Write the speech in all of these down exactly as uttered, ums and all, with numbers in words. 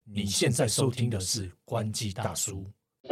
你现在收听的是关机大叔。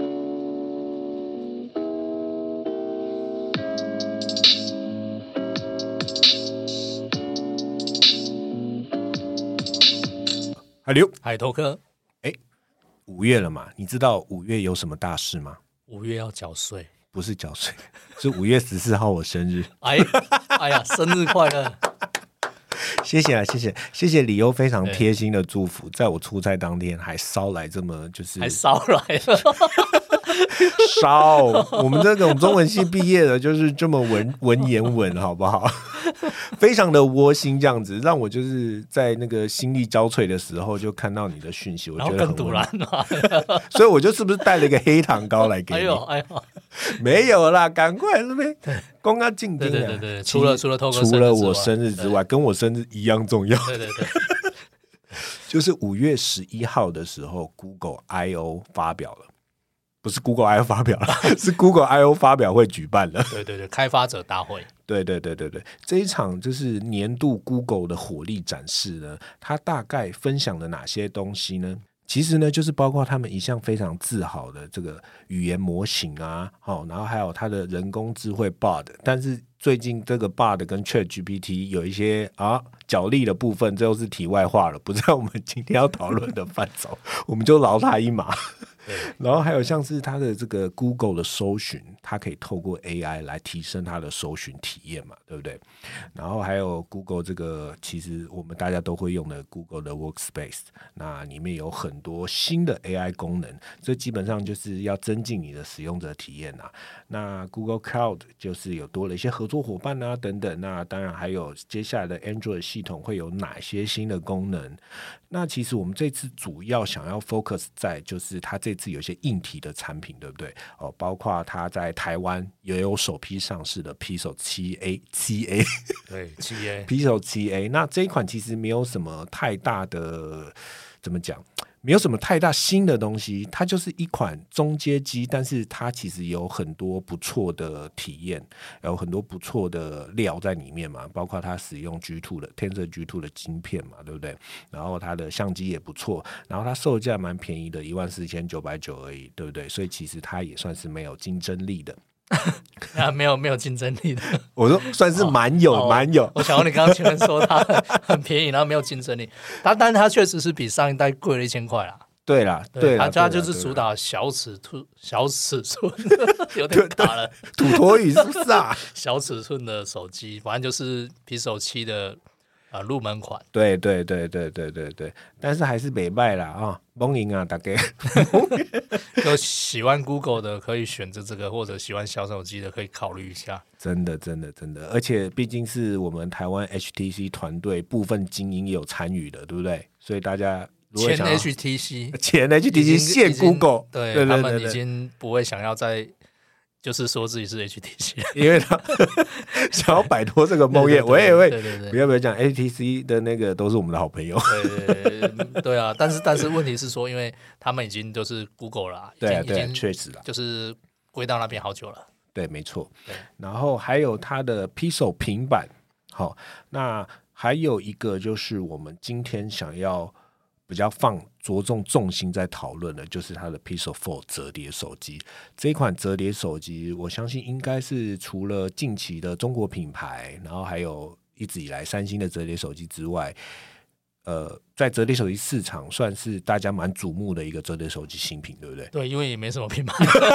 海流， 海头哥， 哎，五月了嘛？你知道五月有什么大事吗？ 五月要缴税， 不是缴税，是五月十四号我生日。 哎，哎呀，生日快乐！ 谢谢啊，谢谢，谢谢李优非常贴心的祝福，在我出差当天还捎来这么就是还捎来了。 烧，我们这种中文系毕业的，就是这么文文言文，好不好？非常的窝心，这样子让我就是在那个心力交瘁的时候，就看到你的讯息，我觉得很突然嘛， 所以我就是不是带了一个黑糖糕来给你？ 哎呦哎呦， 没有啦，赶快那边公告进京对对对对，除了除了透过除了我生日之外，跟我生日一样重要。 对对对， 就是五月十一号的时候 ，Google I O 发表了。不是 Google I O 发表了，是 Google I O 发表会举办了。 对对对，开发者大会。 对对对对对，这一场就是年度 Google 的火力展示呢，它大概分享了哪些东西呢？其实呢，就是包括他们一向非常自豪的这个语言模型啊，哦，然后还有它的人工智慧 Bard， 但是最近这个 Bard 跟 ChatGPT 有一些啊角力的部分，这又是题外话了，不在我们今天要讨论的范畴，我们就饶他一马。然后还有像是它的这个 Google 的搜寻，它可以透过 A I 来提升它的搜寻体验嘛，对不对？然后还有 Google 这个其实我们大家都会用的 Google 的 Workspace， 那里面有很多新的 A I 功能，这基本上就是要增进你的使用者体验啊。那 Google Cloud 就是有多了一些合作伙伴啊等等，那当然还有接下来的 Android 系统会有哪些新的功能。那其实我们这次主要想要 focus 在就是它这次有一些硬体的产品，对不对？哦，包括它在台湾也有首批上市的 Pixel 七 A 七 A 对 七 A Pixel 七 A， 那这一款其实没有什么太大的怎么讲，没有什么太大新的东西，它就是一款中阶机，但是它其实有很多不错的体验，有很多不错的料在里面嘛，包括它使用 G 二 的天色 G 二 的晶片嘛，对不对？然后它的相机也不错，然后它售价蛮便宜的，一万四千九百九而已，对不对？所以其实它也算是没有竞争力的。 啊，没有没有竞争力的， 我说算是蛮有蛮、哦、有。 我想到你刚刚前面说它 很, 很便宜，然后没有竞争力，它但它确实是比上一代贵了一千块啦。 对啦，对啦， 它就是主打小尺寸，小尺寸有点卡了， 土托语是不是啊？ 小尺寸的手机，反正就是 Pixel 七的。啊，入门款， 对对对对对对对，但是还是没卖啦啊，蒙赢啊，大概。 有喜欢 Google 的可以选择这个，或者喜欢小手机的可以考虑一下。 真的真的真的，而且毕竟是我们台湾 H T C 团队部分精英也有参与的，对不对？所以大家如果前 H T C， 前 H T C 现 Google， 对, 对, 对, 对, 对他们已经不会想要再。就是说自己是 H T C， 因为他想要摆脱这个梦魇，我也会不要不要讲 H T C 的那个都是我们的好朋友， 对对 对, 对啊，但是但是问题是说，因为他们已经就是 Google 了， 对啊对啊，确实了， 就是归到那边好久了， 对，没错。然后还有它的 Pixel 平板，好，那还有一个就是我们今天想要比较放着重重心在讨论的，就是它的 Pixel 四 折叠手机。这一款折叠手机，我相信应该是除了近期的中国品牌，然后还有一直以来三星的折叠手机之外，呃，在折叠手机市场算是大家蛮瞩目的一个折叠手机新品，对不对？ 对，因为也没什么品牌。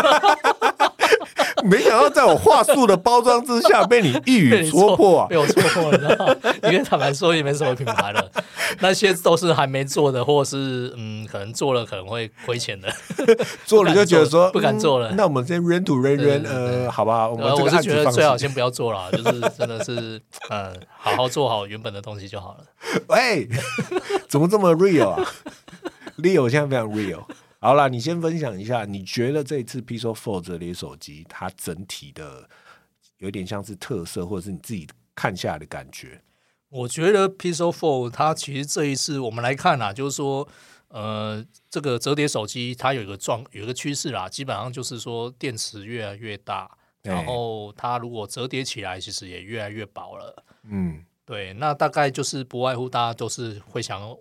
没想到在我话术的包装之下被你一语戳破啊！ 被我戳破了，你知道吗？因为坦白说也没什么品牌了，那些都是还没做的，或者是嗯，可能做了可能会亏钱的， 做了就觉得说不敢做了。 嗯、那我们先 run to run run， 呃，好吧，我们这个案子放弃。 我是觉得最好先不要做了，就是真的是嗯，好好做好原本的东西就好了。 喂，怎么这么 real 啊 ？Leo 现在非常 real。好啦，你先分享一下，你觉得这一次 Pixel 四 折叠手机它整体的有点像是特色，或者是你自己看下来的感觉？ 我觉得 Pixel 四它其实这一次我们来看啊，就是说，呃，这个折叠手机它有一个状有一个趋势啦，基本上就是说电池越来越大，然后它如果折叠起来，其实也越来越薄了。嗯，对，那大概就是不外乎大家都是会想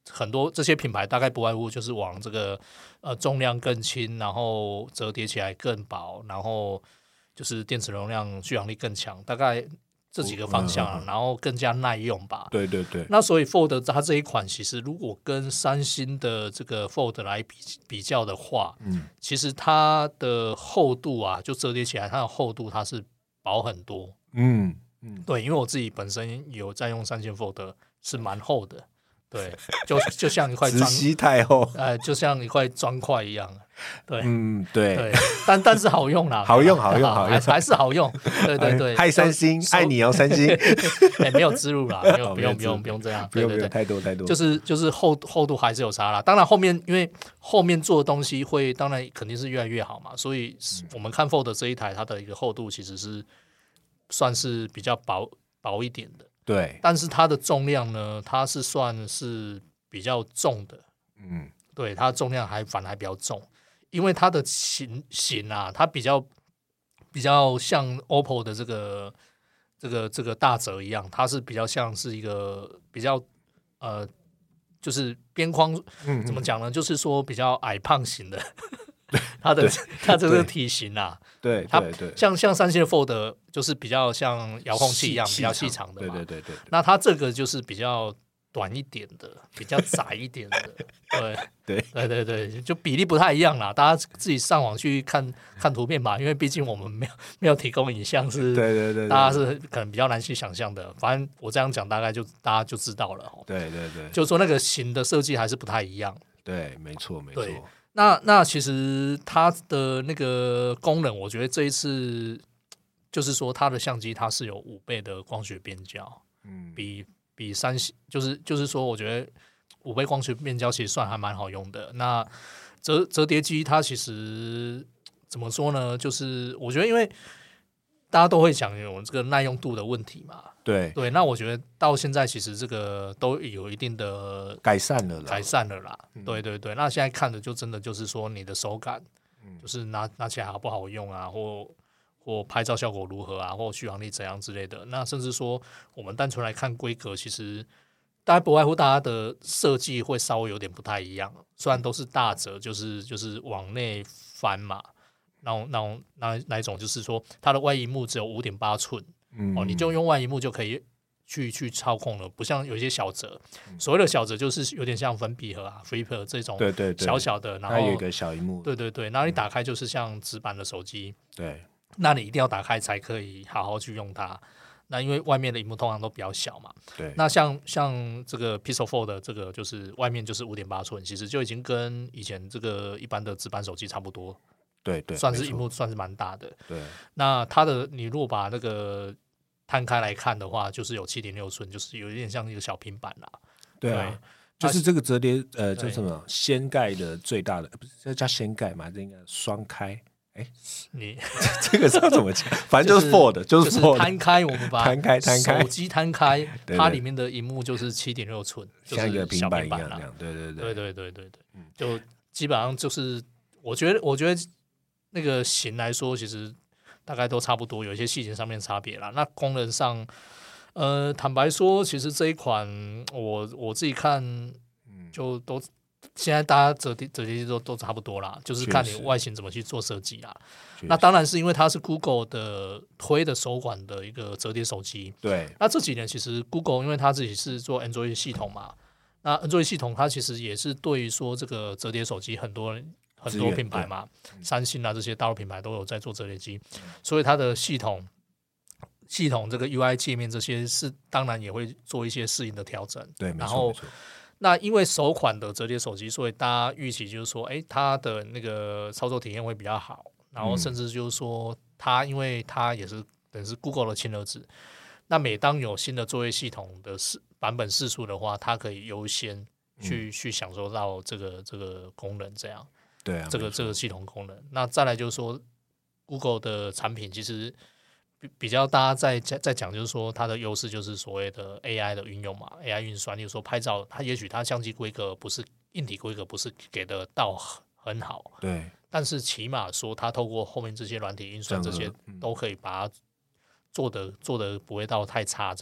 很多这些品牌大概不外乎就是往这个呃重量更轻，然后折叠起来更薄，然后就是电池容量续航力更强，大概这几个方向、啊嗯嗯嗯、然后更加耐用吧。 对对对。 那所以 Fold 它这一款其实如果跟三星的这个 Fold 来 比, 比较的话，嗯，其实它的厚度啊，就折叠起来它的厚度它是薄很多。嗯嗯，对，因为我自己本身有在用三星 Fold， 是蛮厚的。对，就就像一块砖， 磁吸太厚， 呃，就像一块砖块一样。对， 嗯，对， 对，但但是好用啦， 好用，好用，好用， 还是好用。对对对， 嗨三星，爱你哦，三星。 欸、没有植入啦，没有，不用，不用，不用这样， 不用， 对对对， 太多太多， 就是就是厚厚度还是有差啦。当然后面因为后面做的东西会，当然肯定是越来越好嘛，所以我们看 Fold 这一台，它的一个厚度其实是算是比较薄薄一点的。 对， 但是它的重量呢，它是算是比较重的，嗯，对，它的重量还反而还比较重，因为它的型型啊，它比较比较像 O P P O 的这个这个这个大折一样，它是比较像是一个比较呃，就是边框嗯嗯怎么讲呢？就是说比较矮胖型的。它的它这个体型啊， 对对对， 像像三星的 Fold 就是比较像遥控器一样，比较细长的嘛。 对对对 对, 对。 那它这个就是比较短一点的，比较窄一点的。对对对对对，就比例不太一样啦。大家自己上网去看看图片吧，因为毕竟我们没有没有提供影像，是， 对对 对, 对， 大家是可能比较难去想象的。反正我这样讲，大概就大家就知道了。 对对对， 就是说那个型的设计还是不太一样。 对，没错没错。 那那其实它的那个功能，我觉得这一次就是说它的相机它是有五倍的光学变焦，嗯，比比三星就是就是说，我觉得五倍光学变焦其实算还蛮好用的。那折折叠机它其实怎么说呢？就是我觉得因为大家都会讲有这个耐用度的问题嘛。 对对，那我觉得到现在其实这个都有一定的改善了啦， 改善了啦。嗯、对对对，那现在看的就真的就是说你的手感，嗯、就是拿拿起来好不好用啊，或或拍照效果如何啊，或续航力怎样之类的。那甚至说我们单纯来看规格，其实大概不外乎大家的设计会稍微有点不太一样。虽然都是大折，就是就是往内翻嘛，那种那种那那一种就是说它的外萤幕只有 五点八 寸。嗯、哦，你就用外萤幕就可以去去操控了，不像有一些小折，嗯、所谓的小折就是有点像粉笔盒啊、Flipper 这种小小的， 对对对， 然后它有一个小萤幕， 对对对，然后你打开就是像直板的手机， 对， 那你一定要打开才可以好好去用它。那因为外面的萤幕通常都比较小嘛， 对。 那像像这个 Pixel Fold 的这个就是外面就是 五点八 寸，其实就已经跟以前这个一般的直板手机差不多。 对对， 算是萤幕算是蛮大的。 对， 那它的你如果把那个摊开来看的话，就是有 七点六 寸，就是有一点像一个小平板啦。 对啊，对就是这个折叠呃，叫什么掀盖的最大的，不是这叫掀盖嘛？这应该双开。哎， 你这个是要怎么讲？反正就是 Fold， 就是 Fold 摊开，我们把摊开摊开手机摊开，它里面的萤幕就是 七点六 寸， 像一个平板一样， 啦对对对对对对对，嗯，就基本上就是我觉得我觉得那个型来说，其实大概都差不多，有一些细节上面差别啦。那功能上，呃，坦白说，其实这一款我我自己看，就都现在大家折叠折叠机都都差不多啦，就是看你外形怎么去做设计啦。那当然是因为它是 Google 的推的手管的一个折叠手机。 对。 那这几年其实 Google 因为它自己是做 Android 系统嘛，那 Android 系统它其实也是对于说这个折叠手机很多人。很多品牌嘛，三星啊这些大陆品牌都有在做折叠机，所以它的系统系统这个 U I 界面这些是当然也会做一些适应的调整。 对， 然后没错。 那因为首款的折叠手机，所以大家预期就是说，哎，它的那个操作体验会比较好，然后甚至就是说，它因为它也是等于是 Google 的亲儿子，那每当有新的作业系统的版本释出的话，它可以优先去、嗯、去享受到这个这个功能这样。 对啊， 这个这个系统功能，那再来就是说 ，Google 的产品其实比比较大家在在讲，就是说它的优势就是所谓的 A I 的运用嘛 ，A I 运算，例如说拍照，它也许它相机规格不是硬体规格不是给的到很好， 对， 但是起码说它透过后面这些软体运算这些、嗯、都可以把它做的做的不会到太差这样。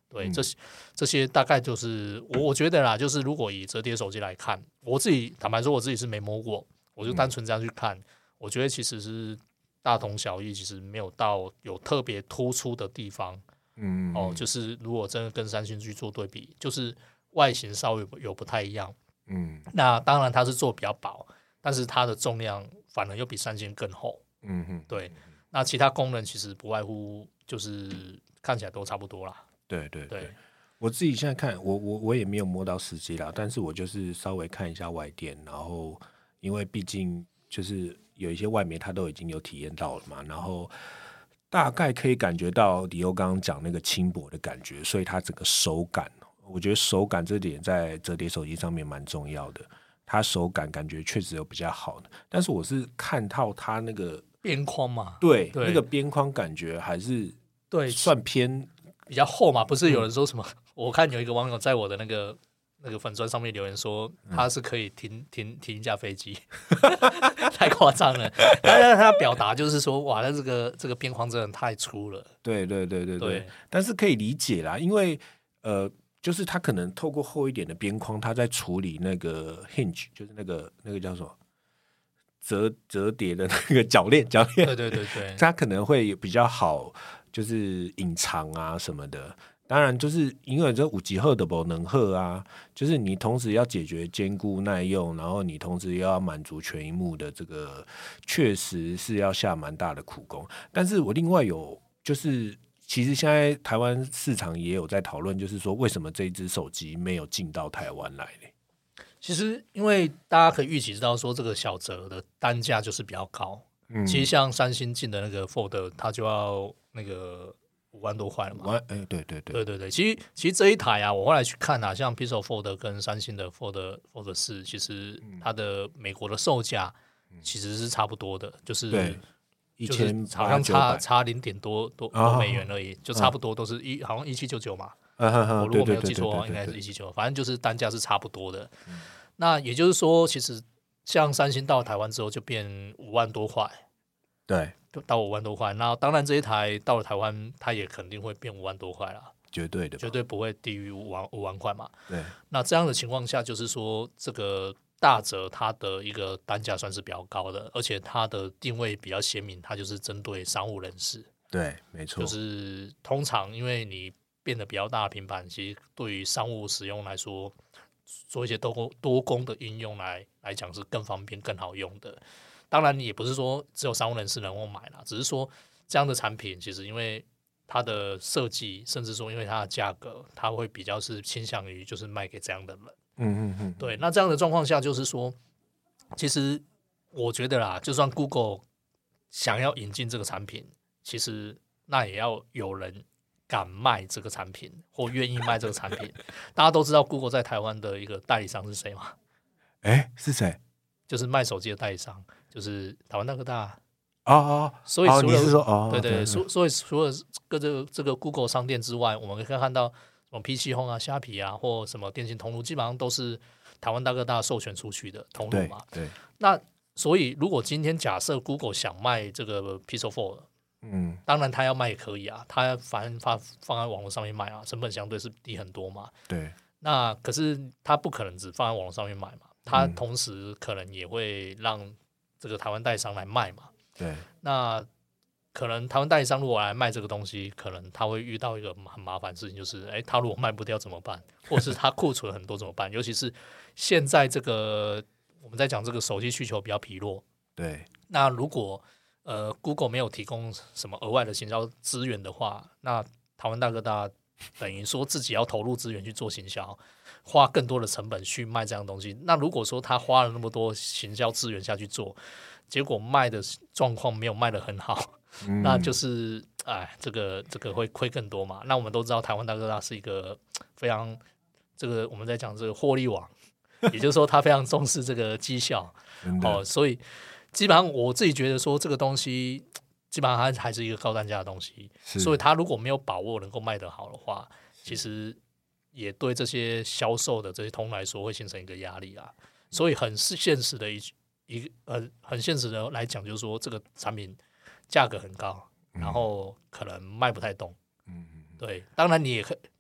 对，嗯、这这些大概就是我我觉得啦，就是如果以折叠手机来看，我自己坦白说我自己是没摸过，我就单纯这样去看，嗯、我觉得其实是大同小异，其实没有到有特别突出的地方。嗯，哦，就是如果真的跟三星去做对比，就是外形稍微有不太一样。嗯，那当然它是做比较薄，但是它的重量反而又比三星更厚。嗯哼，对。那其他功能其实不外乎就是看起来都差不多啦。 对对 对, 对，我自己现在看，我我我也没有摸到实际啦，但是我就是稍微看一下外电，然后因为毕竟就是有一些外媒他都已经有体验到了嘛，然后大概可以感觉到李欧刚刚讲那个轻薄的感觉，所以它整个手感，我觉得手感这点在折叠手机上面蛮重要的，它手感感觉确实有比较好的，但是我是看到它那个边框嘛， 对, 对那个边框感觉还是对算偏比较厚嘛，不是有人说什么、嗯、我看有一个网友在我的那个那个粉专上面留言说他是可以停停停一架飞机太夸张了，但是他表达就是说哇那这个这个边框真的太粗了， 对对对对 对, 对，但是可以理解啦，因为呃就是他可能透过厚一点的边框，他在处理那个 hinge 就是那个那个叫什么折折叠的那个铰链铰链， 对对对对， 它可能会比较好就是隐藏啊什么的，当然就是因为这五 G 赫的不能赫啊，就是你同时要解决坚固耐用，然后你同时又要满足全萤幕的这个，确实是要下蛮大的苦功。但是我另外有就是其实现在台湾市场也有在讨论，就是说为什么这一支手机没有进到台湾来呢？ 其实因为大家可以预期知道说这个小折的单价就是比较高，嗯、其实像三星进的那个 Fold 它就要那个五万多块了嘛， 哎，对对对对对对，其实其实这一台啊，我后来去看啊，像 Pixel Fold 跟三星的 Fold Fold 四，其实它的美国的售价其实是差不多的，就是对一千好像差差零点多多多美元而已， 哦、 就差不多都是一、嗯、好像一七九九嘛。 啊、哈哈我如果没有记错的话，应该是一七九，反正就是单价是差不多的。嗯、那也就是说，其实像三星到台湾之后就变五万多块， 对， 到五万多块。那当然这一台到了台湾，它也肯定会变五万多块啦， 绝对的， 绝对不会低于五万五万块嘛。 对， 那这样的情况下，就是说这个大折它的一个单价算是比较高的，而且它的定位比较鲜明，它就是针对商务人士。 对，没错， 就是通常因为你变得比较大的平板，其实对于商务使用来说，做一些多多功的应用来来讲是更方便、更好用的。当然，也不是说只有商务人士能够买啦，只是说这样的产品其实因为它的设计，甚至说因为它的价格，它会比较是倾向于就是卖给这样的人。 嗯嗯嗯， 对。那这样的状况下，就是说，其实我觉得啦，就算 Google 想要引进这个产品，其实那也要有人敢卖这个产品或愿意卖这个产品。大家都知道 Google 在台湾的一个代理商是谁吗？ 哎，是谁？ 就是卖手机的代理商，就是台湾大哥大。 哦哦， 所以除了、 哦、你是说哦， 对 对, 对, 对，所所以除了这个这个 Google 商店之外，我们可以看到什么 P C Home 啊、虾皮啊，或什么电信通路，基本上都是台湾大哥大授权出去的通路嘛。 对。对， 那所以如果今天假设 Google 想卖这个 Pixel Fold，嗯，当然他要卖也可以啊，他反正放放在网络上面卖啊，成本相对是低很多嘛。 对。 那可是他不可能只放在网络上面卖嘛，他同时可能也会让这个台湾代理商来卖嘛。 对， 那可能台湾代理商如果来卖这个东西，可能他会遇到一个很麻烦的事情，就是哎，他如果卖不掉怎么办？或者是他库存很多怎么办？尤其是现在这个我们在讲这个手机需求比较疲弱， 对。 那如果呃 Google 没有提供什么额外的行销资源的话，那台湾大哥大等于说自己要投入资源去做行销，花更多的成本去卖这样的东西。那如果说他花了那么多行销资源下去做，结果卖的状况没有卖得很好，嗯、那就是哎，这个这个会亏更多嘛。那我们都知道台湾大哥大是一个非常这个我们在讲这个获利网，也就是说他非常重视这个绩效，哦，所以基本上我自己觉得说这个东西基本上它还是一个高单价的东西，所以他如果没有把握能够卖得好的话，其实也对这些销售的这些通来说会形成一个压力啦。所以很是现实的一一个很很现实的来讲，就是说这个产品价格很高，然后可能卖不太动。嗯，对。当然你也可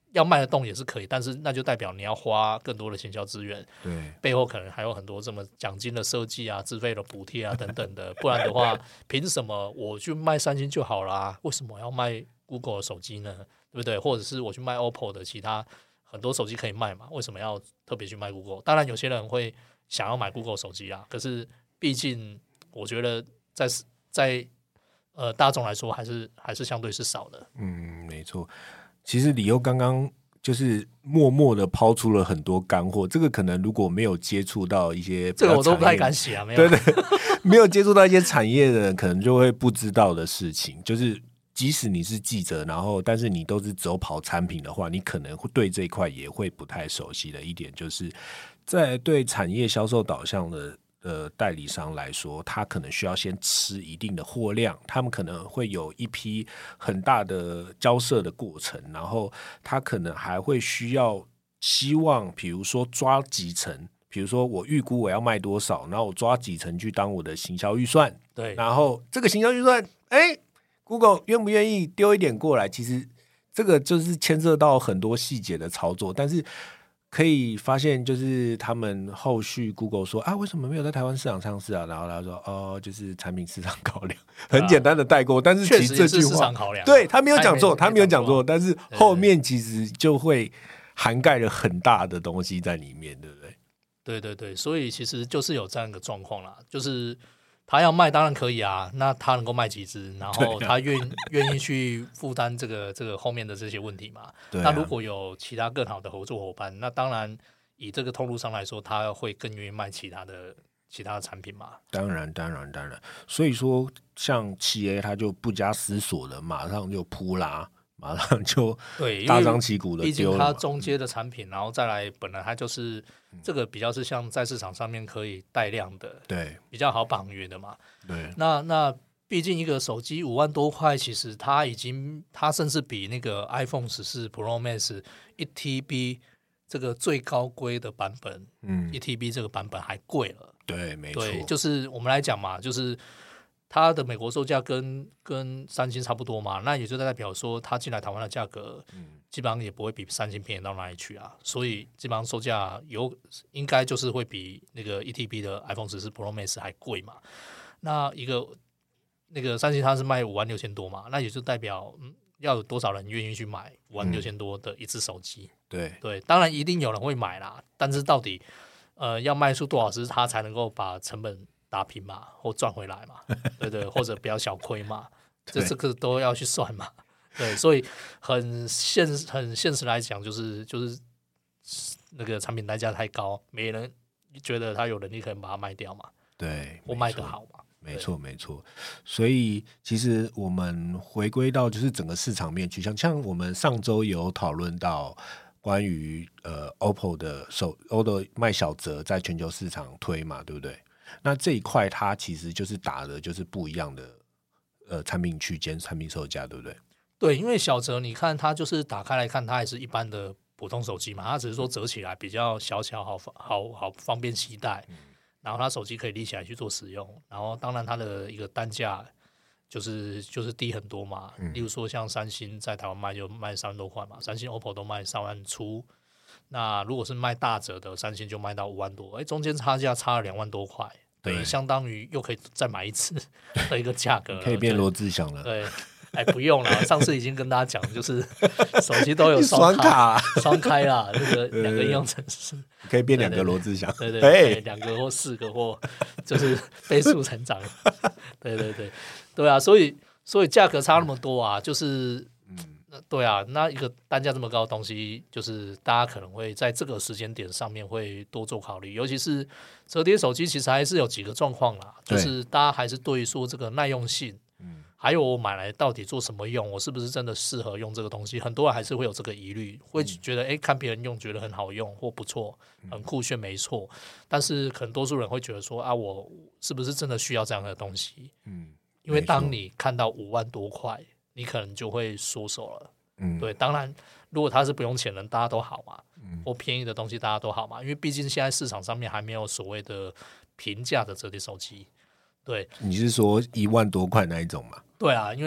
要卖得动也是可以，但是那就代表你要花更多的行销资源， 对， 背后可能还有很多这么奖金的设计啊、自费的补贴啊等等的，不然的话，凭什么我去卖三星就好啦？为什么要卖 Google 的手机呢？对不对？或者是我去卖 O P P O 的其他很多手机可以卖嘛？为什么要特别去卖 Google？ 当然，有些人会想要买 Google 手机啦，可是毕竟我觉得在在呃大众来说，还是还是相对是少的。 嗯，没错。其实李优刚刚就是默默的抛出了很多干货，这个可能如果没有接触到一些这个我都不太敢写啊，没有对对，没有接触到一些产业的人，可能就会不知道的事情，就是即使你是记者，然后但是你都是走跑产品的话，你可能会对这一块也会不太熟悉的一点，就是在对产业销售导向的。呃，代理商来说，他可能需要先吃一定的货量，他们可能会有一批很大的交涉的过程，然后他可能还会需要希望，比如说抓几成，比如说我预估我要卖多少，然后我抓几成去当我的行销预算， 对， 然后这个行销预算，哎 ，Google 愿不愿意丢一点过来？其实这个就是牵涉到很多细节的操作，但是。可以发现，就是他们后续 Google 说啊，为什么没有在台湾市场上市啊？然后他说哦，就是产品市场考量，很简单的带过。但是其实这句话，对他没有讲错，他没有讲错，但是后面其实就会涵盖了很大的东西在里面，对不对？ 对对对，所以其实就是有这样一个状况啦，就是他要卖当然可以啊，那他能够卖几支，然后他愿愿意去负担这个这个后面的这些问题嘛？ 对啊、 那如果有其他更好的合作伙伴，那当然以这个通路商来说，他会更愿意卖其他的其他的产品嘛？ 当然，当然，当然。所以说，像企 A 他就不加思索的，马上就扑啦。马上就大张旗鼓的丢了， 毕竟它中阶的产品，然后再来本来它就是这个比较是像在市场上面可以带量的， 对， 比较好绑约的嘛。 对， 那那毕竟一个手机五万多块，其实它已经它甚至比那个 iPhone 十四 Pro Max 一 T B 这个最高规的版本，嗯，一 T B 这个版本还贵了。 对，没错， 对，就是我们来讲嘛，就是。它的美国售价跟跟三星差不多嘛，那也就代表说它进来台湾的价格，嗯，基本上也不会比三星便宜到哪里去啊，所以基本上售价有应该就是会比那个 一 T B 的 iPhone 十四 Pro Max 还贵嘛。那一个那个三星它是卖五万六千多嘛，那也就代表嗯要有多少人愿意去买五万六千多的一只手机？ 嗯、对对，当然一定有人会买啦，但是到底呃要卖出多少只，它才能够把成本打平嘛，或赚回来嘛，对对，或者不要小亏嘛，这这个都要去算嘛，对，所以很现很现实来讲，就是就是那个产品代价太高，没人觉得他有能力可能把它卖掉嘛， 对， 或卖得好嘛， 没错没错。所以其实我们回归到就是整个市场面去，像像我们上周有讨论到关于呃 O P P O 的手 O P P O 的卖小折在全球市场推嘛，对不对？那这一块它其实就是打的就是不一样的呃产品区间、产品售价，对不对？ 对，因为小折你看它就是打开来看，它还是一般的普通手机嘛，它只是说折起来比较小巧，好好好方便携带，嗯，然后它手机可以立起来去做使用，然后当然它的一个单价就是就是低很多嘛，嗯，例如说像三星在台湾卖就卖三万多块嘛，三星 O P P O 都卖三万出。那如果是卖大折的，三星就卖到五万多，哎，中间差价差了两万多块，对，相当于又可以再买一次的一个价格， 可以变罗志祥了。 对，哎，不用了，上次已经跟大家讲，就是手机都有双卡、 双开啦，那个两个应用程式可以变两个罗志祥， 对对对，两个或四个或就是倍数成长，对对对对啊，所以所以价格差那么多啊，就是。对啊，那一个单价这么高的东西，就是大家可能会在这个时间点上面会多做考虑，尤其是折叠手机，其实还是有几个状况啦，就是大家还是对于说这个耐用性，嗯，还有我买来到底做什么用，我是不是真的适合用这个东西，很多人还是会有这个疑虑，会觉得哎、嗯，看别人用觉得很好用或不错，很酷炫没错，但是可能多数人会觉得说啊，我是不是真的需要这样的东西？嗯，因为当你看到五万多块。你可能就会缩手了，嗯，对，当然，如果它是不用钱的，大家都好嘛，嗯，或便宜的东西大家都好嘛，因为毕竟现在市场上面还没有所谓的平价的折叠手机，对， 你是说一万多块那一种吗？ 对啊，因为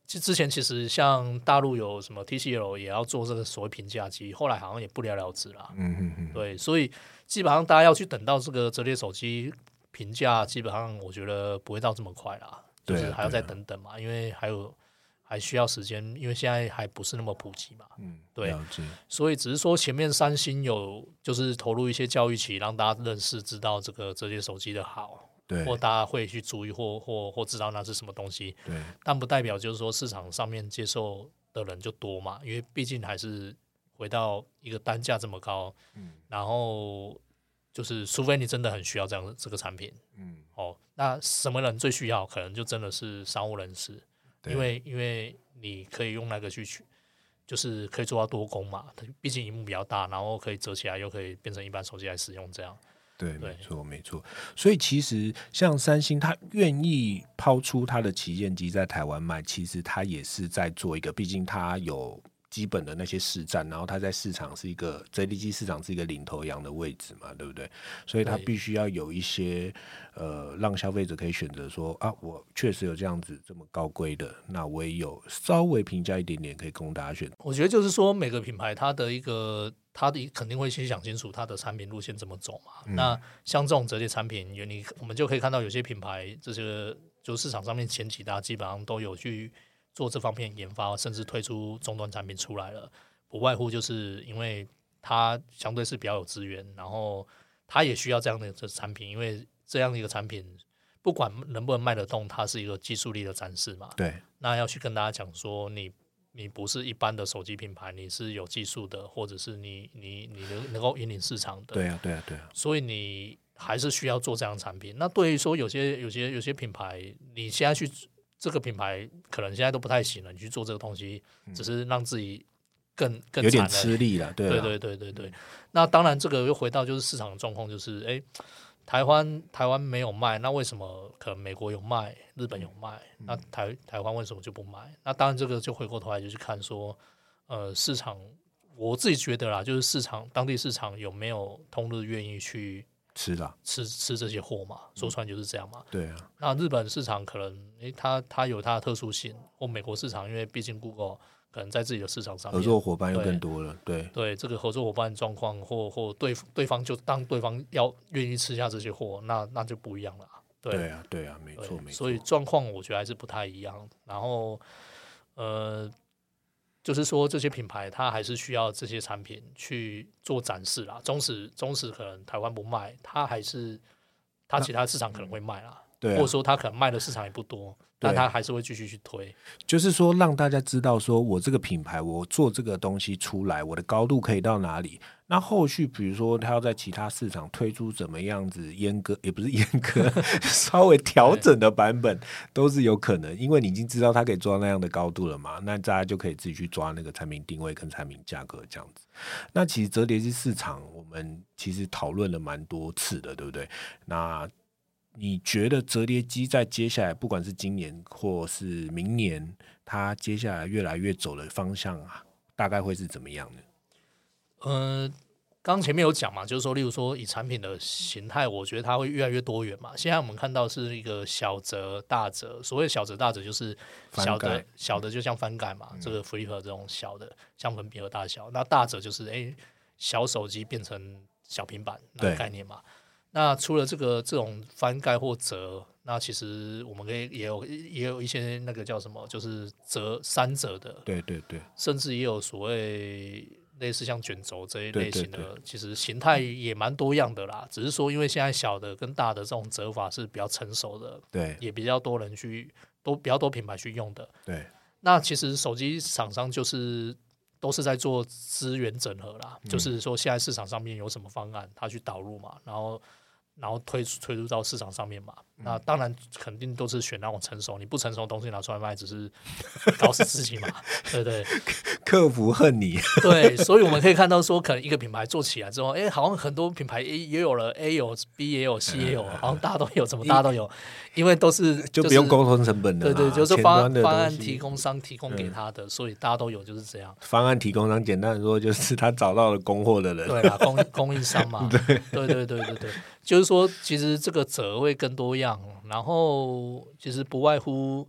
之前其实像大陆有什么 T C L 也要做这个所谓平价机，后来好像也不了了之啦。 嗯嗯嗯， 对，所以基本上大家要去等到这个折叠手机平价，基本上我觉得不会到这么快啦，就是还要再等等嘛，因为还有还需要时间，因为现在还不是那么普及嘛。 嗯， 对， 了解。 所以只是说前面三星有就是投入一些教育期，让大家认识知道这个折叠手机的好。 对， 或大家会去注意或或或知道那是什么东西， 对， 但不代表就是说市场上面接受的人就多嘛，因为毕竟还是回到一个单价这么高，嗯，然后就是除非你真的很需要这样的这个产品，嗯，哦，那什么人最需要？可能就真的是商务人士，因为因为你可以用那个去取。就是可以做到多功嘛，毕竟萤幕比较大，然后可以折起来，又可以变成一般手机来使用，这样。 对，没错没错。所以其实像三星，它愿意抛出它的旗舰机在台湾卖，其实它也是在做一个，毕竟它有基本的那些市占，然后它在市场是一个折叠机市场是一个领头羊的位置嘛，对不对？所以它必须要有一些呃，让消费者可以选择说啊，我确实有这样子这么高规的，那我也有稍微平价一点点可以供大家选。 我觉得就是说每个品牌它的一个。他的肯定会先想清楚他的产品路线怎么走嘛。嗯、那像这种折叠产品，你我们就可以看到有些品牌，这些就市场上面前几大基本上都有去做这方面研发，甚至推出终端产品出来了。不外乎就是因为它相对是比较有资源，然后它也需要这样的产品，因为这样的一个产品不管能不能卖得动，它是一个技术力的展示嘛。 对， 那要去跟大家讲说你。你不是一般的手机品牌，你是有技术的，或者是你你你能能够引领市场的。 对啊，对啊，对啊。所以你还是需要做这样的产品。那对于说有些有些有些品牌，你现在去这个品牌可能现在都不太行了，你去做这个东西，嗯、只是让自己更更有点吃力了。对对对对对对。那当然，这个又回到就是市场的状况，就是哎。台湾台湾没有卖，那为什么可能美国有卖，日本有卖？那台台湾为什么就不卖？那当然这个就回过头来就去看说，呃，市场我自己觉得啦，就是市场当地市场有没有通路愿意去吃啦， 吃吃这些货嘛？说穿就是这样嘛。 对啊。 那日本市场可能诶，它它有它的特殊性，或美国市场，因为毕竟 Google。可能在自己的市场上面， 合作伙伴又更多了，对对, 对这个合作伙伴状况，或或对对方就当对方要愿意吃下这些货，那那就不一样了。对, 对啊，对啊，没错没错。 所以状况我觉得还是不太一样。然后呃，就是说这些品牌它还是需要这些产品去做展示啦。纵使纵使可能台湾不卖，它还是它其他市场可能会卖啦。 对、啊， 或者说它可能卖的市场也不多，但它还是会继续去推。 就是说，让大家知道，说我这个品牌，我做这个东西出来，我的高度可以到哪里。那后续，比如说，他要在其他市场推出怎么样子阉割，也不是阉割，稍微调整的版本，都是有可能。因为你已经知道它可以做到那样的高度了嘛，那大家就可以自己去抓那个产品定位跟产品价格这样子。那其实折叠机市场，我们其实讨论了蛮多次的，对不对？那你觉得折叠机在接下来不管是今年或是明年，它接下来越来越走的方向大概会是怎么样呢？ 呃，刚前面有讲嘛，就是说例如说以产品的形态，我觉得它会越来越多元嘛。现在我们看到是一个小折大折，所谓小折大折就是小的小的就像翻盖嘛，嗯、这个 Flip 这种小的像粉笔盒大小，那大折就是哎小手机变成小平板那个概念嘛。那除了这个这种翻盖或折，那其实我们可以也有也有一些那个叫什么，就是折三折的， 对对对， 甚至也有所谓类似像卷轴这一类型的，对对对，其实形态也蛮多样的啦。只是说，因为现在小的跟大的这种折法是比较成熟的， 对， 也比较多人去，都比较多品牌去用的。 对， 那其实手机厂商就是都是在做资源整合啦，嗯、就是说现在市场上面有什么方案，他去导入嘛，然后。然后推出推出到市场上面嘛，嗯、那当然肯定都是选那种成熟，你不成熟的东西拿出来卖，只是搞死自己嘛，对不对？ 客服恨你。 对，所以我们可以看到说，可能一个品牌做起来之后，哎，好像很多品牌也有了 A 有 B 也有 C 也有，好像大家都有，怎么大家都有？因为都是、就是、 就不用沟通成本的， 对对，就是方方案提供商提供给他的，嗯、所以大家都有，就是这样。 方案提供商简单的说，就是他找到了供货的人， 对啦，供供应商嘛，对对对对对对。就是说，其实这个折会更多样，然后其实不外乎，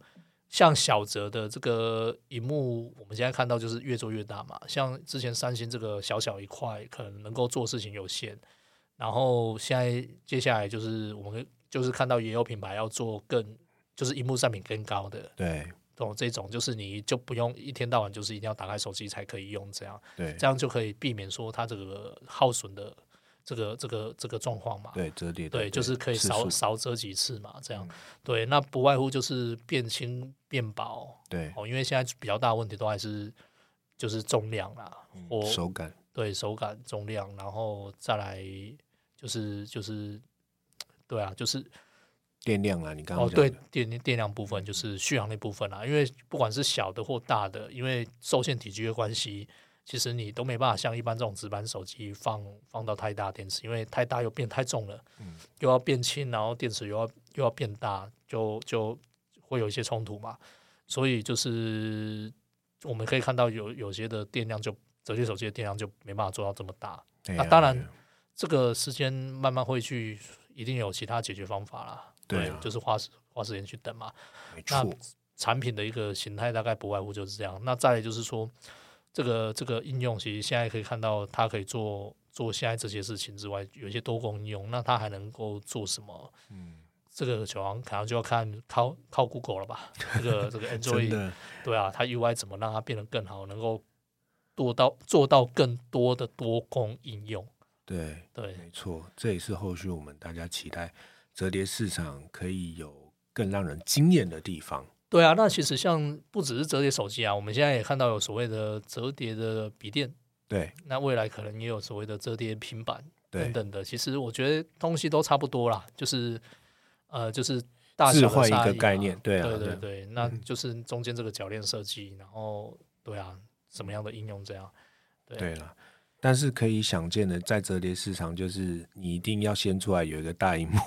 像小折的这个荧幕，我们现在看到就是越做越大嘛。像之前三星这个小小一块，可能能够做事情有限。然后现在接下来就是我们就是看到也有品牌要做更就是荧幕占比更高的， 对， 懂这种就是你就不用一天到晚就是一定要打开手机才可以用，这样对， 这样就可以避免说它这个耗损的这个这个这个状况嘛。 对，折叠的对，就是可以少少折几次嘛，这样、嗯、对。那不外乎就是变轻变薄， 对、 哦，因为现在比较大的问题都还是就是重量啦，或、 嗯、手感， 对手感重量，然后再来就是就是对啊，就是电量啊，你刚刚哦对电电量部分就是续航力部分啦，因为不管是小的或大的，因为受限体积的关系。其实你都没办法像一般这种直板手机放放到太大电池，因为太大又变太重了，嗯、又要变轻，然后电池又要又要变大，就就会有一些冲突嘛。所以就是我们可以看到有有些的电量就折叠手机的电量就没办法做到这么大。哎、那当然，这个时间慢慢会去，一定有其他解决方法啦。 对、啊， 就是花花时间去等嘛。 没错。 那产品的一个形态大概不外乎就是这样。那再来就是说。这个这个应用其实现在可以看到，它可以做做现在这些事情之外，有一些多功应用，那它还能够做什么？嗯，这个就好像可能就要看靠靠 Google 了吧？这个这个 Android 对啊，它 U I 怎么让它变得更好，能够做到做到更多的多功应用？ 对对， 没错，这也是后续我们大家期待折叠市场可以有更让人惊艳的地方。 对啊，那其实像不只是折叠手机啊，我们现在也看到有所谓的折叠的笔电， 对， 那未来可能也有所谓的折叠平板等等的。其实我觉得东西都差不多啦，就是呃，就是大小的差异、啊、 置换一个概念，对啊， 对对对，嗯、那就是中间这个铰链设计，然后对啊，什么样的应用这样，对对了。但是可以想见的，在折叠市场，就是你一定要先出来有一个大萤幕，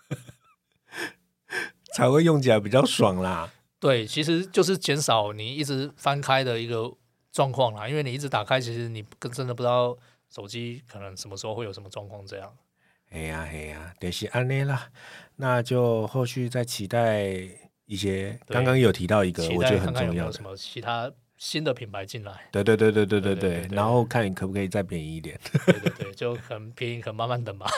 才会用起来比较爽啦。 对，其实就是减少你一直翻开的一个状况啦，因为你一直打开，其实你真的不知道手机可能什么时候会有什么状况这样。 哎呀哎呀，就是安内啦，那就后续再期待一些。刚刚有提到一个，我觉得很重要的， 看看有没有什么其他新的品牌进来。 对对对对对对 对, 对, 对, 对，然后看你可不可以再便宜一点。 对对对，就很便宜，可慢慢等吧。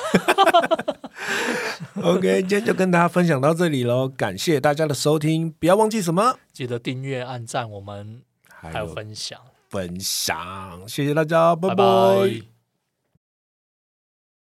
OK， 今天就跟大家分享到这里咯，感谢大家的收听，不要忘记什么， 记得订阅、按赞，我们还有分享， 分享，谢谢大家，拜拜。 拜拜。